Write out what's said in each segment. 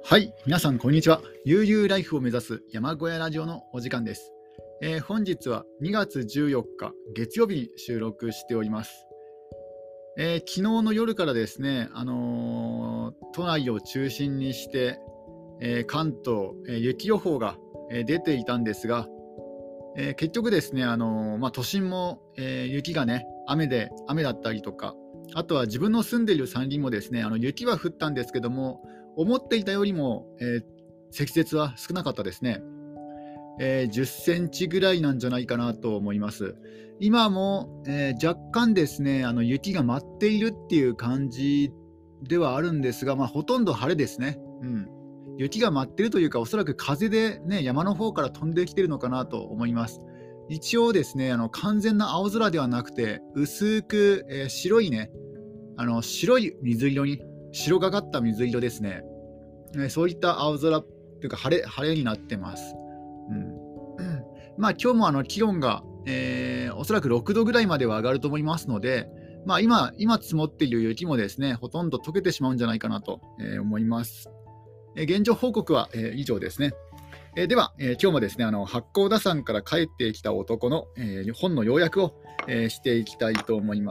はい、皆さんこんにちは。悠々ライフを目指す山小屋ラジオのお時間です。本日は2月14日月曜日に収録しております。昨日の夜からですね、都内を中心にして、関東、雪予報が、出ていたんですが、結局ですね、都心も、雪がね、雨だったりとか、あとは自分の住んでいる山林もですね、雪は降ったんですけども、思っていたよりも、積雪は少なかったですね。10センチぐらいなんじゃないかなと思います。今も、若干ですね、雪が舞っているっていう感じではあるんですが、ほとんど晴れですね。雪が舞っているというか、おそらく風で、ね、山の方から飛んできているのかなと思います。一応ですね、完全な青空ではなくて、薄く、白いね、白い水色に、白がかった水色ですね。そういった青空というか晴れになってます。うん、今日も気温が、おそらく6度ぐらいまでは上がると思いますので、今積もっている雪もですね、ほとんど溶けてしまうんじゃないかなと、思います。現状報告は、以上ですね。では、今日もですね、八甲田山から帰ってきた男の、本の要約を、していきたいと思います。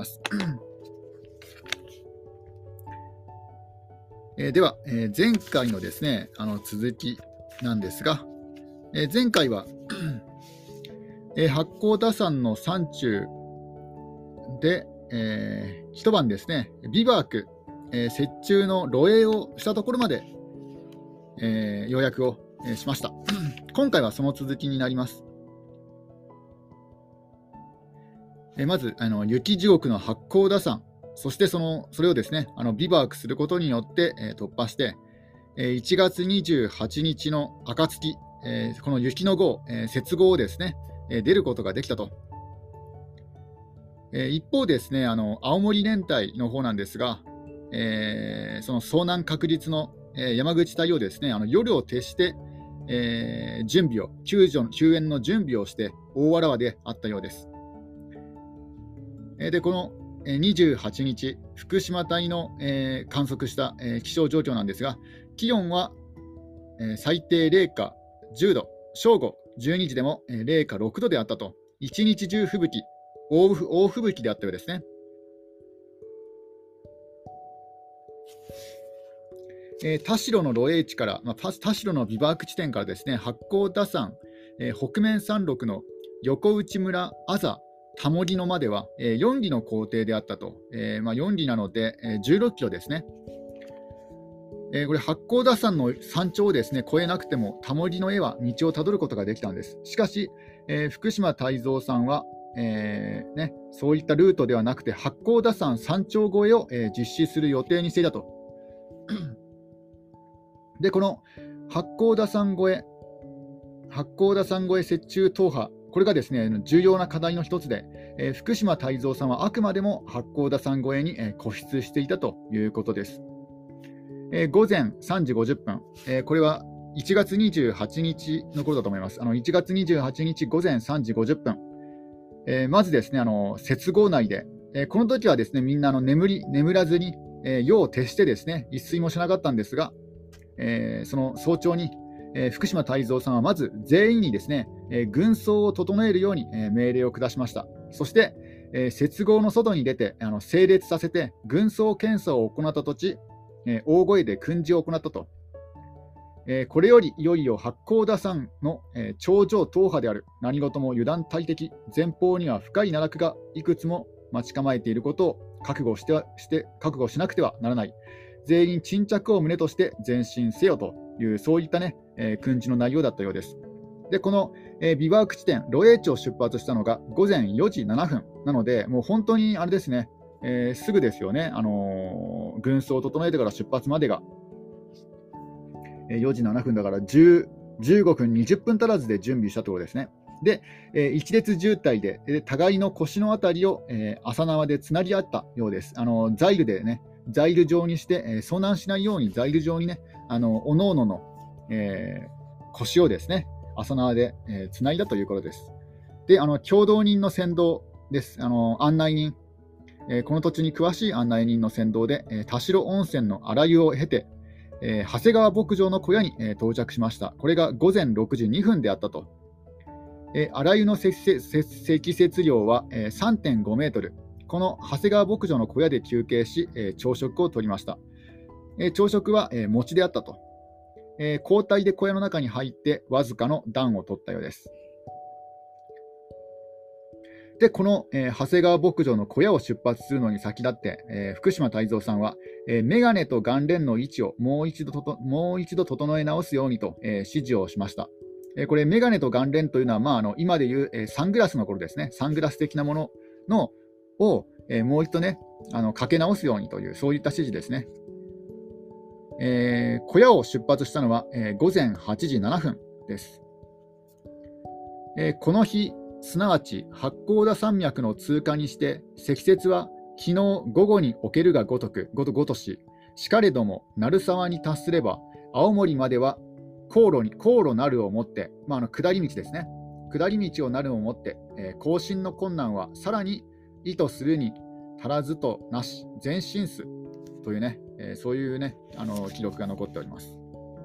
では、前回のですね、続きなんですが、前回は、八甲田山の山中で、一晩ですね、ビバーク、雪中の露営をしたところまで、要約を、しました。今回はその続きになります。まず雪地獄の八甲田山、そしてそれをですねビバークすることによって、突破して、1月28日の暁、この雪の号、雪号をですね、出ることができたと。一方ですね青森連隊の方なんですが、その遭難確率の、山口隊をですね夜を徹して、準備を救援の準備をして大わらわであったようです。でこの28日、福島隊の、観測した、気象状況なんですが、気温は、最低零下10度、正午12時でも、零下6度であったと、一日中吹雪、大吹雪であったようですね。田代の露営地から、田代のビバーク地点からですね、八甲田山、北面山麓の横内村あざ田森のまでは、4里の行程であったと。4里なので、16キロですね。これ八甲田山の山頂をですね越えなくても田森の絵は道をたどることができたんです。しかし、福島泰造さんは、そういったルートではなくて八甲田山山頂越えを、実施する予定にしていたと。でこの八甲田山越え雪中踏破、これがですね重要な課題の一つで、福島泰造さんはあくまでも八甲田山越えに、固執していたということです。午前3時50分、これは1月28日の頃だと思います。1月28日午前3時50分、まずですね雪号内で、この時はですねみんな眠らずに、夜を徹してですね一睡もしなかったんですが、その早朝に、福島泰造さんはまず全員にですね、軍装を整えるように、命令を下しました。そして、雪号の外に出て整列させて軍装検査を行った後、大声で訓示を行ったと。これよりいよいよ八甲田山の、頂上踏破である。何事も油断大敵、前方には深い奈落がいくつも待ち構えていることを覚悟しなくてはならない。全員沈着を胸として前進せよという、そういったね、訓示の内容だったようです。でこの、ビバーク地点露営地を出発したのが午前4時7分なので、もう本当にあれですね、すぐですよね、軍装を整えてから出発までが、4時7分だから15分20分足らずで準備したところですね。で、一列渋滞で、互いの腰のあたりを、朝縄でつなぎ合ったようです。ザイルでね、ザイル状にして、遭難しないようにザイル状にね、おのおのの、腰をですね朝縄で、つないだということです。で共同人の先導です。案内人、この土地に詳しい案内人の先導で、田代温泉の洗湯を経て、 長谷川牧場の小屋に、到着しました。これが午前6時2分であったと。洗い湯の積雪量は、3.5 メートル。この長谷川牧場の小屋で休憩し、朝食をとりました。朝食は、餅であったと。交代で小屋の中に入ってわずかの暖を取ったようです。で、この、長谷川牧場の小屋を出発するのに先立って、福島泰三さんは、メガネと眼連の位置をもう一度整え直すようにと、指示をしました。これ、メガネと眼連というのは、今でいう、サングラスの頃ですね、サングラス的なものを、もう一度ね、かけ直すようにという、そういった指示ですね。小屋を出発したのは、午前8時7分です。この日、すなわち八甲田山脈の通過にして積雪は昨日午後におけるがごとし、しかれども鳴沢に達すれば青森までは航路なるをもって、下り道ですね、下り道をなるをもって、行進の困難はさらに意図するに足らずとなし前進すというね、そういうね記録が残っております。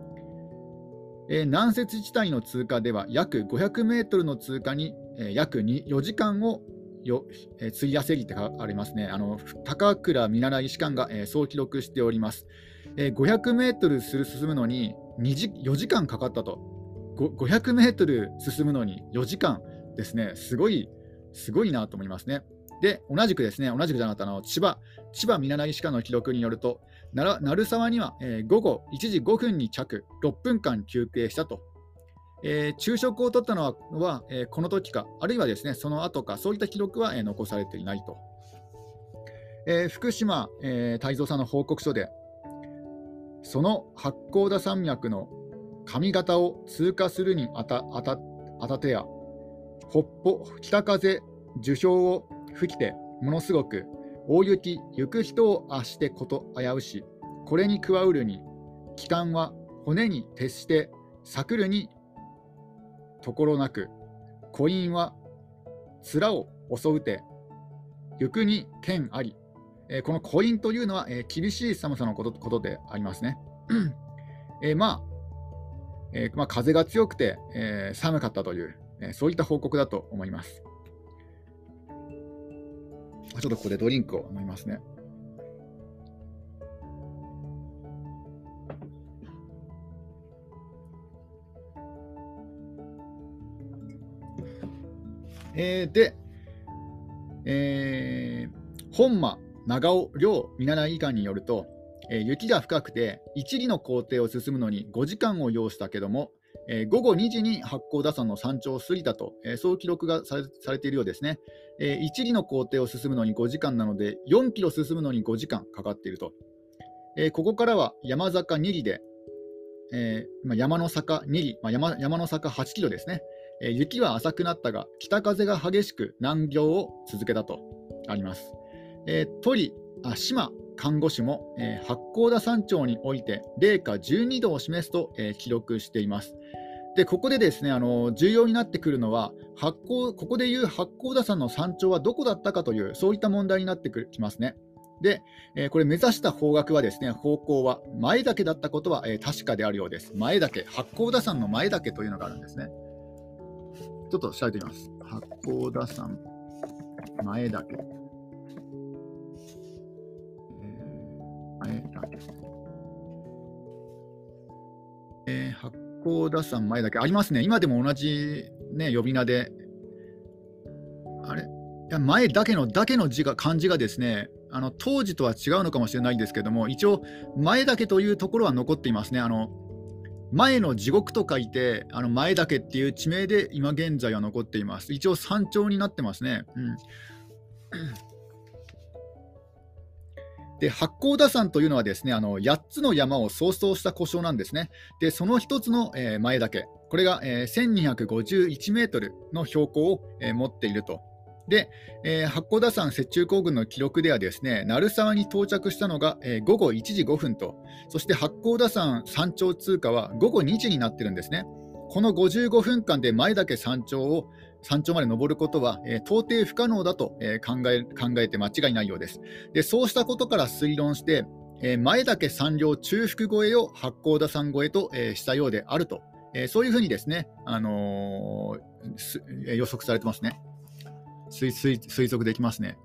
南雪地帯の通過では約500メートルの通過に、約4時間を費やせりってありますね。高倉見習い士官が、そう記録しております。500メートル進むのに4時間かかったと。500メートル進むのに4時間ですね。すごいなと思いますね。で、同じくじゃなかった千葉見習い士官の記録によると、鳴沢には、午後1時5分に着、6分間休憩したと。昼食をとったのは、この時か、あるいはですね、その後か、そういった記録は、残されていないと。福島、泰三さんの報告書で、その八甲田山脈の上方を通過するにあたてや、北風、樹氷を吹きて、ものすごく、大雪、行く人をあしてこと危うし、これに加うるに、気管は骨に徹して、さくるにところなく、古陰は面を襲うて、行くに剣あり。この古陰というのは、厳しい寒さのことでありますね。風が強くて、寒かったという、そういった報告だと思います。ちょっとここでドリンクを飲みますね。で、本間長尾両見習い医官によると、雪が深くて一里の工程を進むのに5時間を要したけども、午後2時に八甲田山の山頂を過ぎたと、そう記録がされているようですね。一里の工程を進むのに5時間なので、4キロ進むのに5時間かかっていると。ここからは山坂2里で、山の坂2里、山の坂8キロですね。雪は浅くなったが、北風が激しく南行を続けたとあります。島看護師も、八甲田山頂において零下12度を示すと、記録しています。で、ここでですね、重要になってくるのは、ここでいう八甲田山の山頂はどこだったかという、そういった問題になってきますね。で、これ目指した方角はですね、方向は前岳だったことは、確かであるようです。前岳、八甲田山の前岳というのがあるんですね。ちょっと調べてみます。八甲田山前岳。八甲田山前岳ありますね。今でも同じ、ね、呼び名で、前岳の漢字がですね、当時とは違うのかもしれないんですけども、一応前岳というところは残っていますね。前の地獄と書いて前岳っていう地名で今現在は残っています。一応山頂になってますね。で、八甲田山というのはですね、8つの山を総称した呼称なんですね。で、その一つの、前岳、これが、1251メートルの標高を、持っていると。で、八甲田山雪中行軍の記録ではですね、鳴沢に到着したのが、午後1時5分と、そして八甲田山山頂通過は午後2時になってるんですね。この55分間で前岳山頂まで登ることは、到底不可能だと、考えて間違いないようです。で、そうしたことから推論して、 前岳山稜中腹越えを八甲田山越えと、したようであると、そういうふうにですね、予測されてますね。推測できますね。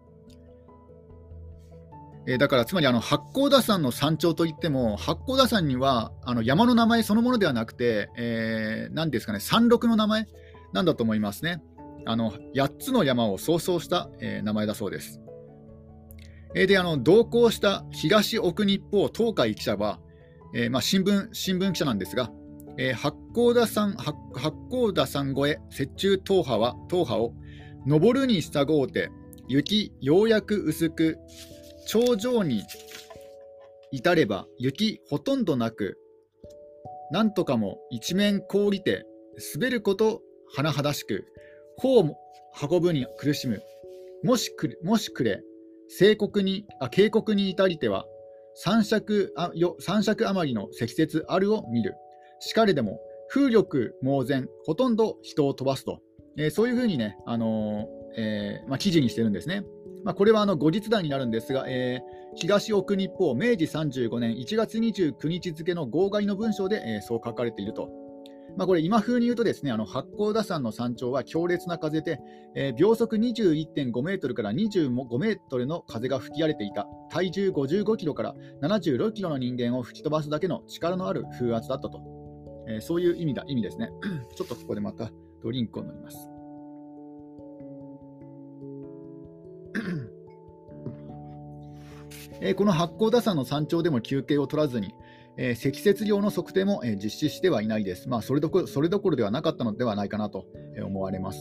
だからつまり八甲田山の山頂といっても、八甲田山には山の名前そのものではなくて、何ですかね、山麓の名前なんだと思いますね。8つの山を総称した、名前だそうです。で同行した東奥日報東海記者は、新聞記者なんですが、八甲田山越え雪中踏破を登るに従うて雪ようやく薄く頂上に至れば雪ほとんどなく、なんとかも一面凍りて滑ること甚だしく、歩を運ぶに苦しむ。もしくれ渓谷に至りては三尺余りの積雪あるを見る。しかれでも風力猛然、ほとんど人を飛ばすと、そういうふうにね、記事にしてるんですね。これは後日談になるんですが、東奥日報明治35年1月29日付の号外の文章で、そう書かれていると。これ今風に言うとですね、八甲田山の山頂は強烈な風で、秒速 21.5 メートルから25メートルの風が吹き荒れていた。体重55キロから76キロの人間を吹き飛ばすだけの力のある風圧だったと、そういう意味ですね。ちょっとここでまたドリンクを飲みます。この八甲田山の山頂でも休憩を取らずに、積雪量の測定も、実施してはいないです。それどころではなかったのではないかなと、思われます。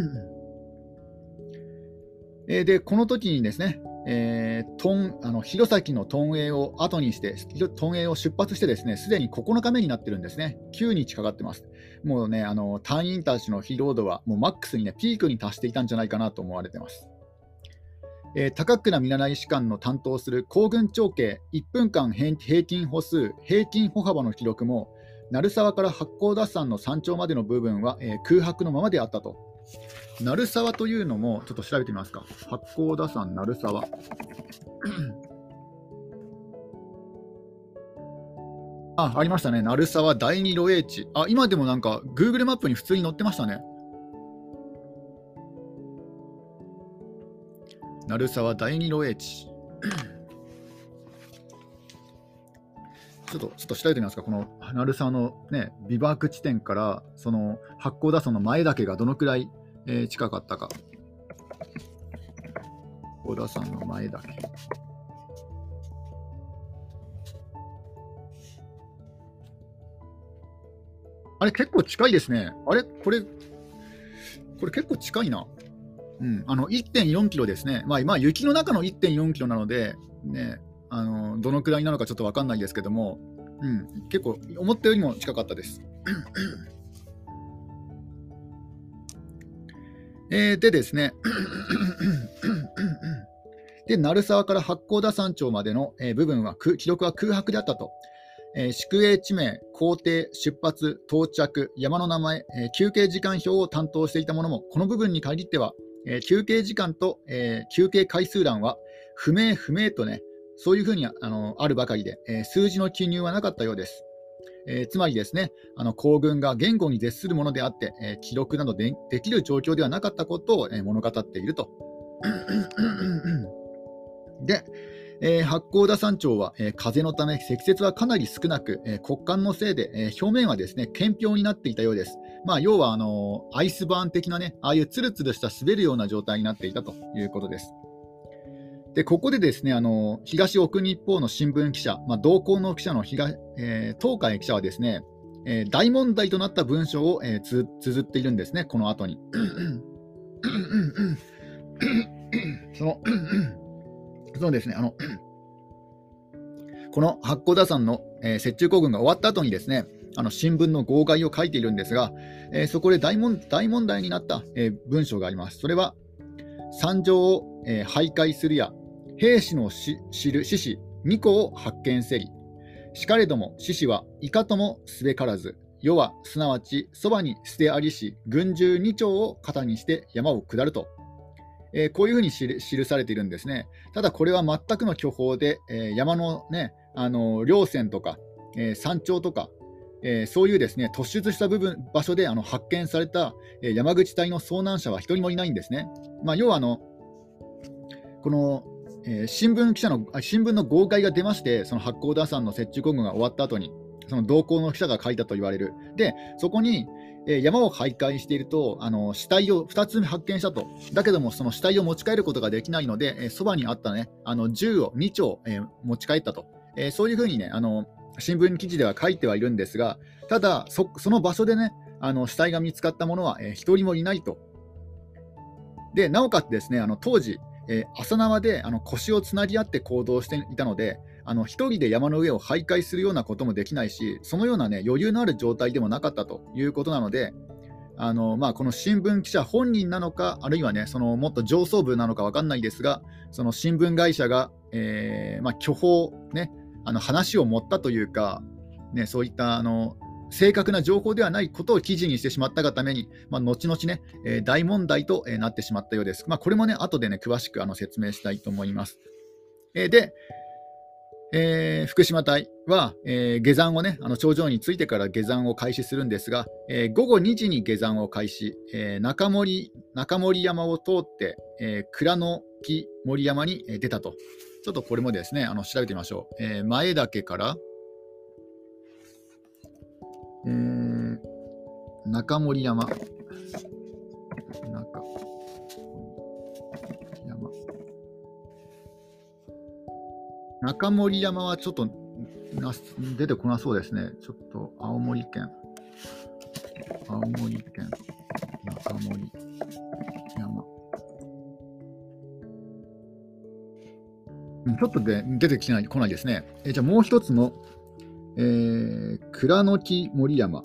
でこの時にですね、弘前のトンエイを後にして、トンエイを出発してですね、すでに9日目になってるんですね。9日かかってます。もうね、隊員たちの疲労度はもうマックスにね、ピークに達していたんじゃないかなと思われています。高倉見習い士官の担当する行軍長計1分間平均歩幅の記録も、鳴沢から八甲田山の山頂までの部分は、空白のままであったと。鳴沢というのもちょっと調べてみますか。八甲田山鳴沢ありましたね。鳴沢第二露営地。今でもなんか Google マップに普通に載ってましたね。鳴沢第二露営地ちょっと調べてみますか。この鳴沢のね、ビバーク地点からその八甲田山の前岳がどのくらい、近かったか。八甲田山の前岳。あれ結構近いですね。これ結構近いな。1.4 キロですね。雪の中の 1.4 キロなので、ね、どのくらいなのかちょっと分かんないですけども、結構思ったよりも近かったです。でですねで鳴沢から八甲田山頂までの、部分は記録は空白であったと。宿営地名、行程、出発、到着、山の名前、休憩時間表を担当していたものも、この部分に限っては休憩時間と、休憩回数欄は不明とね、そういうふうにあるばかりで、数字の記入はなかったようです。つまりですね、行軍が言語に絶するものであって、記録などできる状況ではなかったことを、物語っていると。で、八甲田山頂は、風のため積雪はかなり少なく、極寒のせいで、表面はですね、堅氷になっていたようです。要はアイスバーン的なね、ああいうツルツルした滑るような状態になっていたということです。でここでですね、東奥日報の新聞記者、同行の記者の東海記者はですね、大問題となった文章を、綴っているんですね、この後に。そうですね、この八甲田山の、雪中行軍が終わった後にですね、新聞の号外を書いているんですが、そこで大問題になった、文章があります。それは、山上を、徘徊するや、兵士の獅子2個を発見せり。しかれども獅子はいかともすべからず、世はすなわちそばに捨てありし軍銃2丁を肩にして山を下ると。 こういうふうに記されているんですね。ただこれは全くの巨峰で、山の、ね、稜線とか、山頂とか、そういうですね突出した場所で発見された、山口隊の遭難者は一人もいないんですね。要はこの、新聞の号外が出まして、その八甲田山の雪中行軍が終わった後に、その同行の記者が書いたと言われる。で、そこに、山を徘徊していると、死体を2つ発見したと。だけども、その死体を持ち帰ることができないので、そばにあったね、銃を2丁、持ち帰ったと。そういうふうにね、新聞記事では書いてはいるんですが、ただ、その場所でね、死体が見つかったものは、1人もいないと。で、なおかつですね、当時、朝縄で腰をつなぎ合って行動していたので、一人で山の上を徘徊するようなこともできないし、そのような、ね、余裕のある状態でもなかったということなので、この新聞記者本人なのか、あるいは、ね、そのもっと上層部なのか分かんないですが、その新聞会社が、巨峰、ね、話を持ったというか、ね、そういった正確な情報ではないことを記事にしてしまったがために、後々ね、大問題となってしまったようです。これもね、後でね、詳しく説明したいと思います。で、福島隊は、下山をね、頂上に着いてから下山を開始するんですが、午後2時に下山を開始、中森山を通って、倉の木森山に出たと。ちょっとこれもですね、調べてみましょう。前岳から、中森山。中森山はちょっと出てこなそうですね。ちょっと青森県中森山。ちょっとで出てこないですね。じゃあもう一つの、倉の木森山。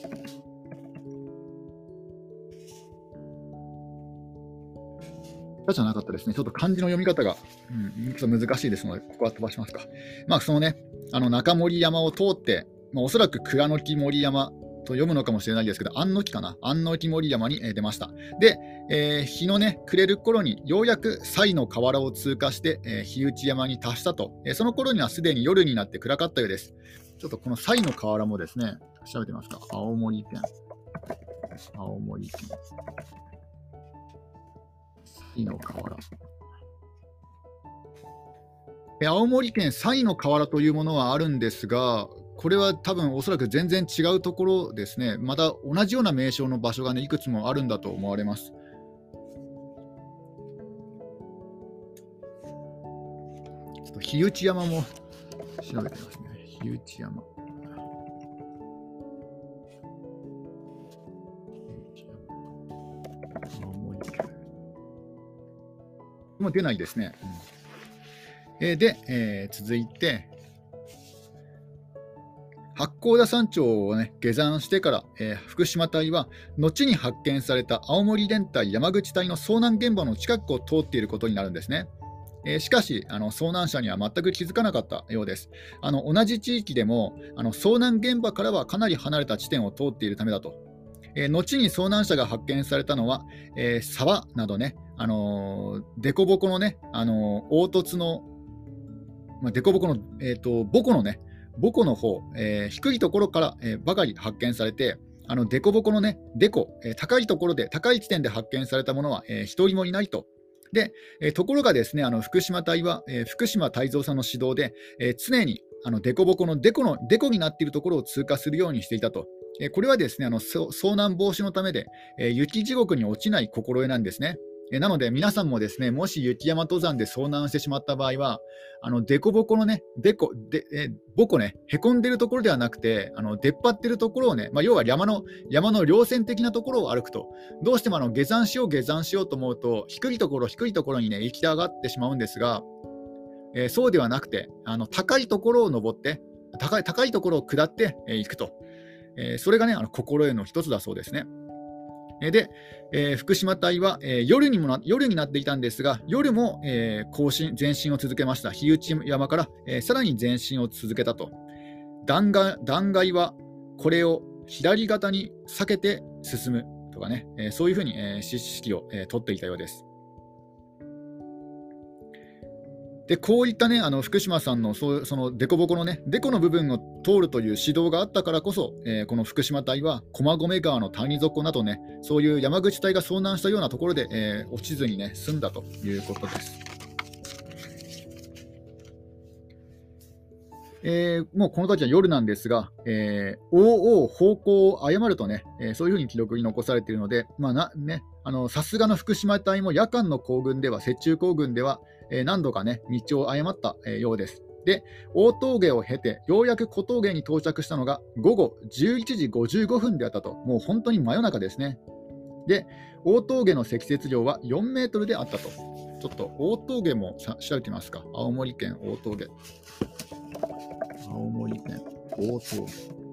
じゃなかったですね。ちょっと漢字の読み方が、ちょっと難しいですので、ここは飛ばしますか。そのね、中森山を通って、おそらく倉の木森山と読むのかもしれないですけど、安の木かな、安の木森山に出ました。で、日のね、暮れる頃にようやく西の河原を通過して、日内山に達したと。その頃にはすでに夜になって暗かったようです。ちょっとこの西の河原もですね、調べてみますか。青森県。西の河原。青森県西の河原というものはあるんですが、これは多分おそらく全然違うところですね。また同じような名称の場所がね、いくつもあるんだと思われます。ちょっと日内山も調べてみますね。日内山。青森県。もう出ないですね。で、続いて、八甲田山頂を、ね、下山してから、福島隊は後に発見された青森連隊山口隊の遭難現場の近くを通っていることになるんですね。しかし遭難者には全く気づかなかったようです。同じ地域でも遭難現場からはかなり離れた地点を通っているためだと。後に遭難者が発見されたのは、沢などね、凸凹のね、凹凸の、凸凹の、母湖のね、母湖の方、低いところから、ばかり発見されて、凸凹のね、高いところで、高い地点で発見されたものは、一人もいないと。で、ところがですね、福島隊は、福島泰三さんの指導で、常に凸凹の凸になっているところを通過するようにしていたと。これはですね、遭難防止のためで、雪地獄に落ちない心得なんですね。なので皆さんもですね、もし雪山登山で遭難してしまった場合は、凸凹のね、母湖ね、へこんでるところではなくて、出っ張ってるところをね、要は山の稜線的なところを歩くと、どうしても下山しようと思うと、低いところにね、行き上がってしまうんですが、そうではなくて、高いところを登って、高いところを下っていくと。それがね、心得の一つだそうですね。で、福島隊は、夜になっていたんですが、夜も、前進を続けました。日内山から、さらに前進を続けたと。断崖はこれを左肩に避けて進むとかね、そういうふうに指揮を取っていたようです。 でこういったね、福島さんのその凸凹のね、凸の部分を通るという指導があったからこそ、この福島隊は駒込川の谷底などね、そういう山口隊が遭難したようなところで、落ちずにね、済んだということです。もうこの時は夜なんですが、方向を誤るとね、そういうふうに記録に残されているので、さすがの福島隊も夜間の行軍では、雪中行軍では、何度かね、道を誤った、ようです。で、大峠を経て、ようやく小峠に到着したのが午後11時55分であったと、もう本当に真夜中ですね。で、大峠の積雪量は4メートルであったと。ちょっと大峠も調べてみますか。青森県大峠。青森県大峠。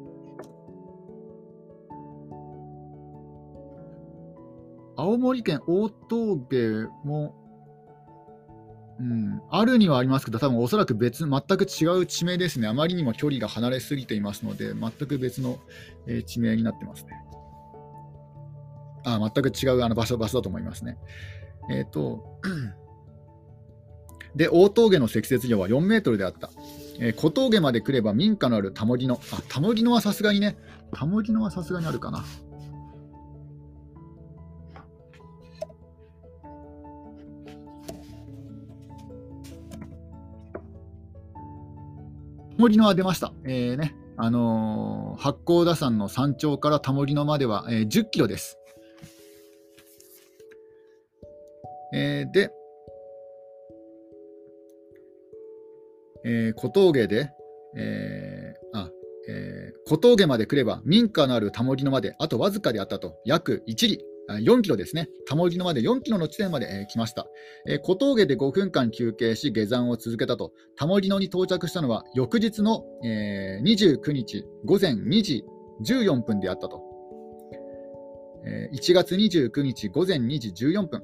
青森県大峠も、あるにはありますけど、多分おそらく全く違う地名ですね。あまりにも距離が離れすぎていますので、全く別の、地名になってますね。全く違う場所だと思いますね。で、大峠の積雪量は4メートルであった。小峠まで来れば民家のある田茂野。田茂野はさすがにね、田茂野はさすがにあるかな。田茂野は出ました。八甲田山の山頂から田茂野までは、10キロです。で、小峠で、小峠まで来れば民家のある田茂野まであとわずかであったと、約4キロですね。田茂野まで4キロの地点まで、来ました。小峠で5分間休憩し下山を続けたと。田茂野に到着したのは翌日の、29日午前2時14分であったと。1月29日午前2時14分。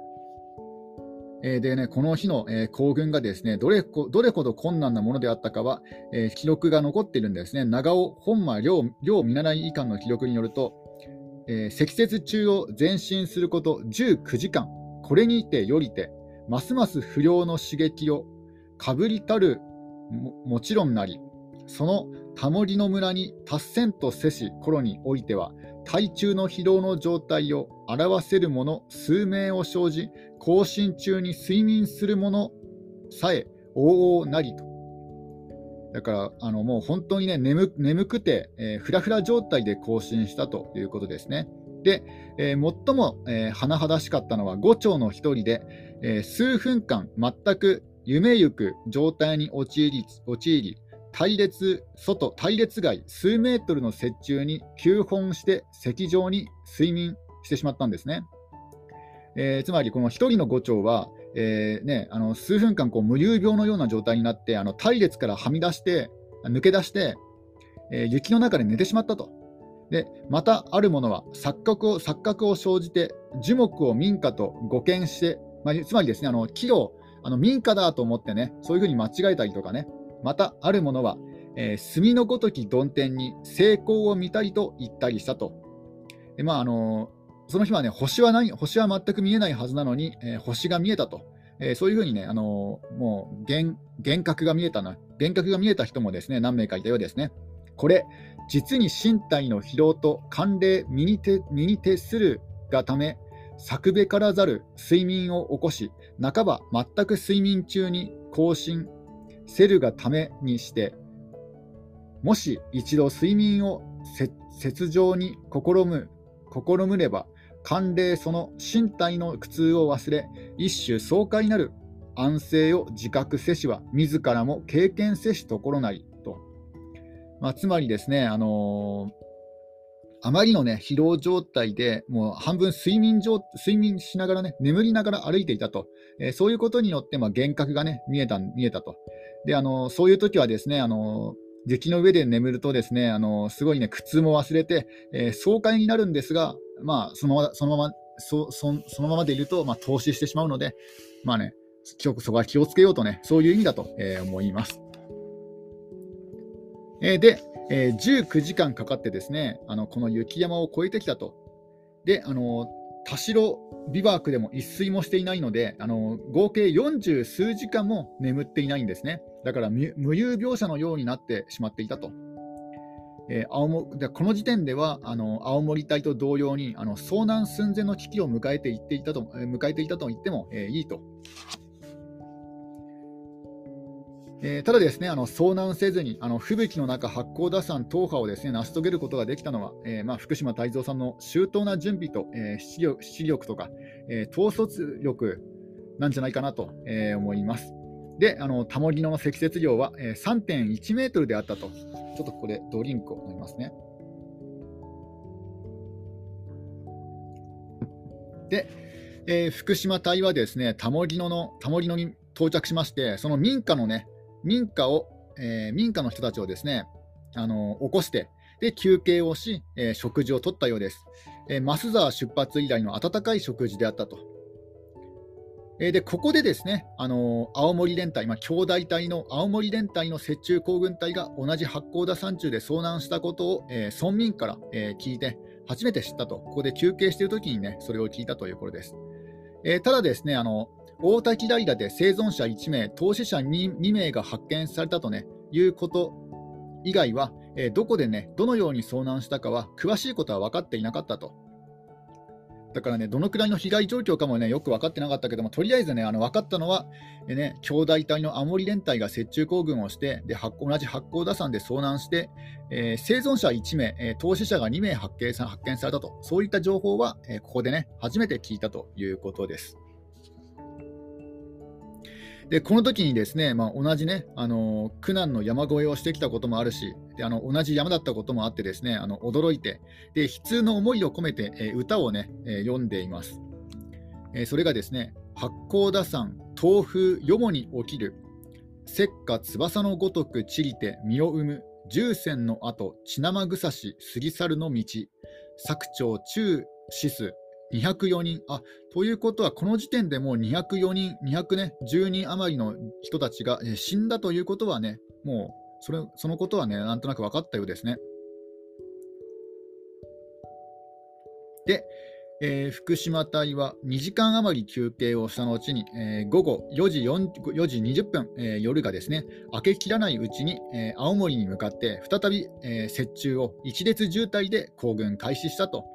でね、この日の、行軍がですね、どれほど困難なものであったかは、記録が残っているんですね。長尾本間両見習い医官の記録によると、積雪中を前進すること19時間、これにてよりて、ますます不良の刺激をかぶりたる もちろんなり、その田森の村に達せんとせし頃においては、体中の疲労の状態を表せるもの数名を生じ、行進中に睡眠するものさえ往々なりと。だからもう本当にね、眠くて、フラフラ状態で行進したということですね。で、最も、甚だしかったのは5丁の一人で、数分間全く夢ゆく状態に陥り隊列外数メートルの雪中に急奔して石上に睡眠してしまったんですね。つまりこの一人の伍長は、数分間無遊病のような状態になって隊列から抜け出して、雪の中で寝てしまったと。でまたある者は錯覚を生じて樹木を民家と誤見して、つまりですね、木を民家だと思ってね、そういうふうに間違えたりとかね。またある者は、墨のごとき曇天に成功を見たりと言ったりしたと。でその日はね、星は全く見えないはずなのに、星が見えたと。そういうふうにね、もう幻覚が見えた人もですね、何名かいたようですね。これ、実に身体の疲労と寒冷身に徹するがため、策べからざる睡眠を起こし、半ば全く睡眠中に行進せるがためにして、もし一度睡眠を雪上に試むれば、寒冷その身体の苦痛を忘れ、一種爽快なる安静を自覚せしは、自らも経験せしところなりと。つまりですね、あまりのね、疲労状態で、もう半分睡眠しながらね、眠りながら歩いていたと。そういうことによって、幻覚がね、見えたと。で、そういう時はですね、雪の上で眠るとですね、すごいね、苦痛も忘れて、爽快になるんですが、そのままでいると、凍死してしまうので、そこは気をつけようとね、そういう意味だと、思います。で、19時間かかってですね、この雪山を越えてきたと。で、 田代ビバークでも一睡もしていないので、合計40数時間も眠っていないんですね。だから無遊病者のようになってしまっていたと。この時点では青森隊と同様に遭難寸前の危機を迎えていたと言ってもいいと。ただですね、遭難せずに吹雪の中、八甲田山踏破をですね成し遂げることができたのは、福島泰造さんの周到な準備と、視力とか、統率力なんじゃないかなと、思います。で、田盛野の積雪量は、3.1 メートルであったと。ちょっとここでドリンクを飲みますね。で、福島隊はですね田盛野に到着しまして、その民家の人たちをですね起こして、で休憩をし、食事をとったようです。増沢出発以来の温かい食事であったと。でここでですね青森連隊、兄弟隊の青森連隊の雪中行軍隊が同じ八甲田山中で遭難したことを、村民から、聞いて初めて知ったと。ここで休憩しているときにねそれを聞いたということです。ただですね大滝平で生存者1名、凍死者 2名が発見されたと、ね、いうこと以外は、どこで、ね、どのように遭難したかは詳しいことは分かっていなかったと。だからね、どのくらいの被害状況かもね、よく分かってなかったけども、とりあえずね、分かったのは、兄弟隊の青森連隊が雪中行軍をして、で同じ八甲田山で遭難して、生存者1名、凍死者が2名発見されたと、そういった情報は、ここでね、初めて聞いたということです。でこの時にですね、同じね、苦難の山越えをしてきたこともあるし、で同じ山だったこともあってですね、驚いて、で悲痛の思いを込めて、歌をね、読んでいます。それがですね、八甲田山東風よもに起きる、雪花翼のごとく散りて実を生む、十戦の跡血生草し過ぎ去るの道、朔長中死す204人。ということは、この時点でもう204人、210人余りの人たちが死んだということはね、もうそのことはね、なんとなく分かったようですね。で、福島隊は2時間余り休憩をした後に、午後4時20分、夜がですね、明けきらないうちに、青森に向かって再び、雪中を一列渋滞で行軍開始したと。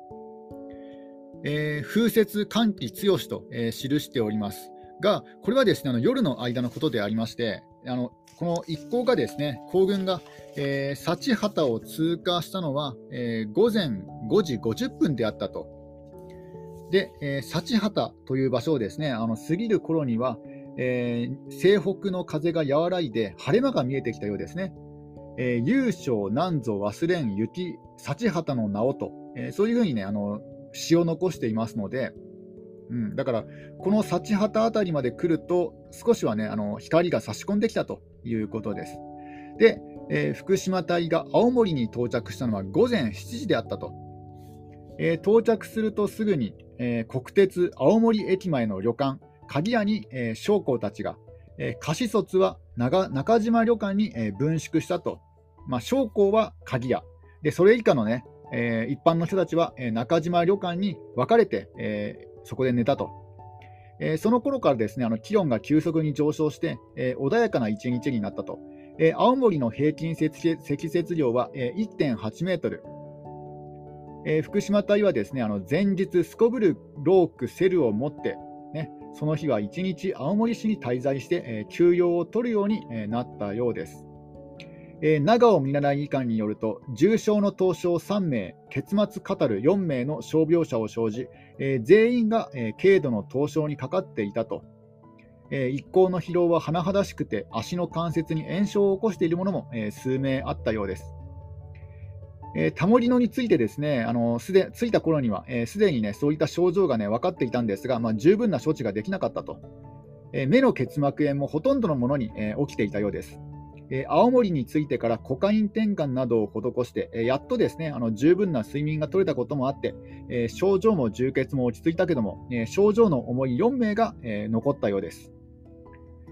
風雪寒気強しと、記しておりますが、これはですね夜の間のことでありまして、この一行がですね行軍が、幸畑を通過したのは、午前5時50分であったと。で、幸畑という場所をですね過ぎる頃には、西北の風が和らいで晴れ間が見えてきたようですね。優勝なんぞ忘れん雪幸畑の名をと、そういうふうにね詩を残していますので、だからこの幸畑あたりまで来ると少しはね光が差し込んできたということです。で、福島隊が青森に到着したのは午前7時であったと。到着するとすぐに、国鉄青森駅前の旅館鍵屋に、将校たちが、貸卒は中島旅館に、分宿したと。将校は鍵屋で、それ以下のね一般の人たちは中島旅館に分かれて、そこで寝たと。その頃からですね気温が急速に上昇して、穏やかな一日になったと。青森の平均積雪量は、1.8 メートル。福島隊はですね前日すこぶるロークセルを持って、ね、その日は1日青森市に滞在して、休養を取るように、なったようです。長尾見習い医官によると、重傷の刀傷3名、結末語る4名の傷病者を生じ、全員が、軽度の凍傷にかかっていたと。一行の疲労は甚だしくて、足の関節に炎症を起こしているものも、数名あったようです。田盛野についてですね着いた頃には、すでに、ね、そういった症状が、ね、分かっていたんですが、十分な処置ができなかったと。目の結膜炎もほとんどのものに、起きていたようです。青森についてからコカイン転換などを施して、やっとですね十分な睡眠が取れたこともあって、症状も充血も落ち着いたけども、症状の重い4名が、残ったようです。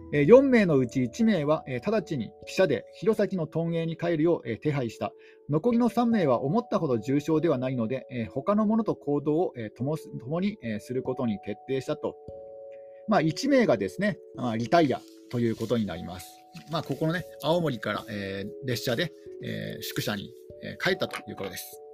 4名のうち1名は直ちに汽車で弘前の屯営に帰るよう手配した。残りの3名は思ったほど重傷ではないので、他の者と行動を共にすることに決定したと。1名がですね、リタイアということになります。ここのね、青森から、列車で、宿舎に、帰ったということです。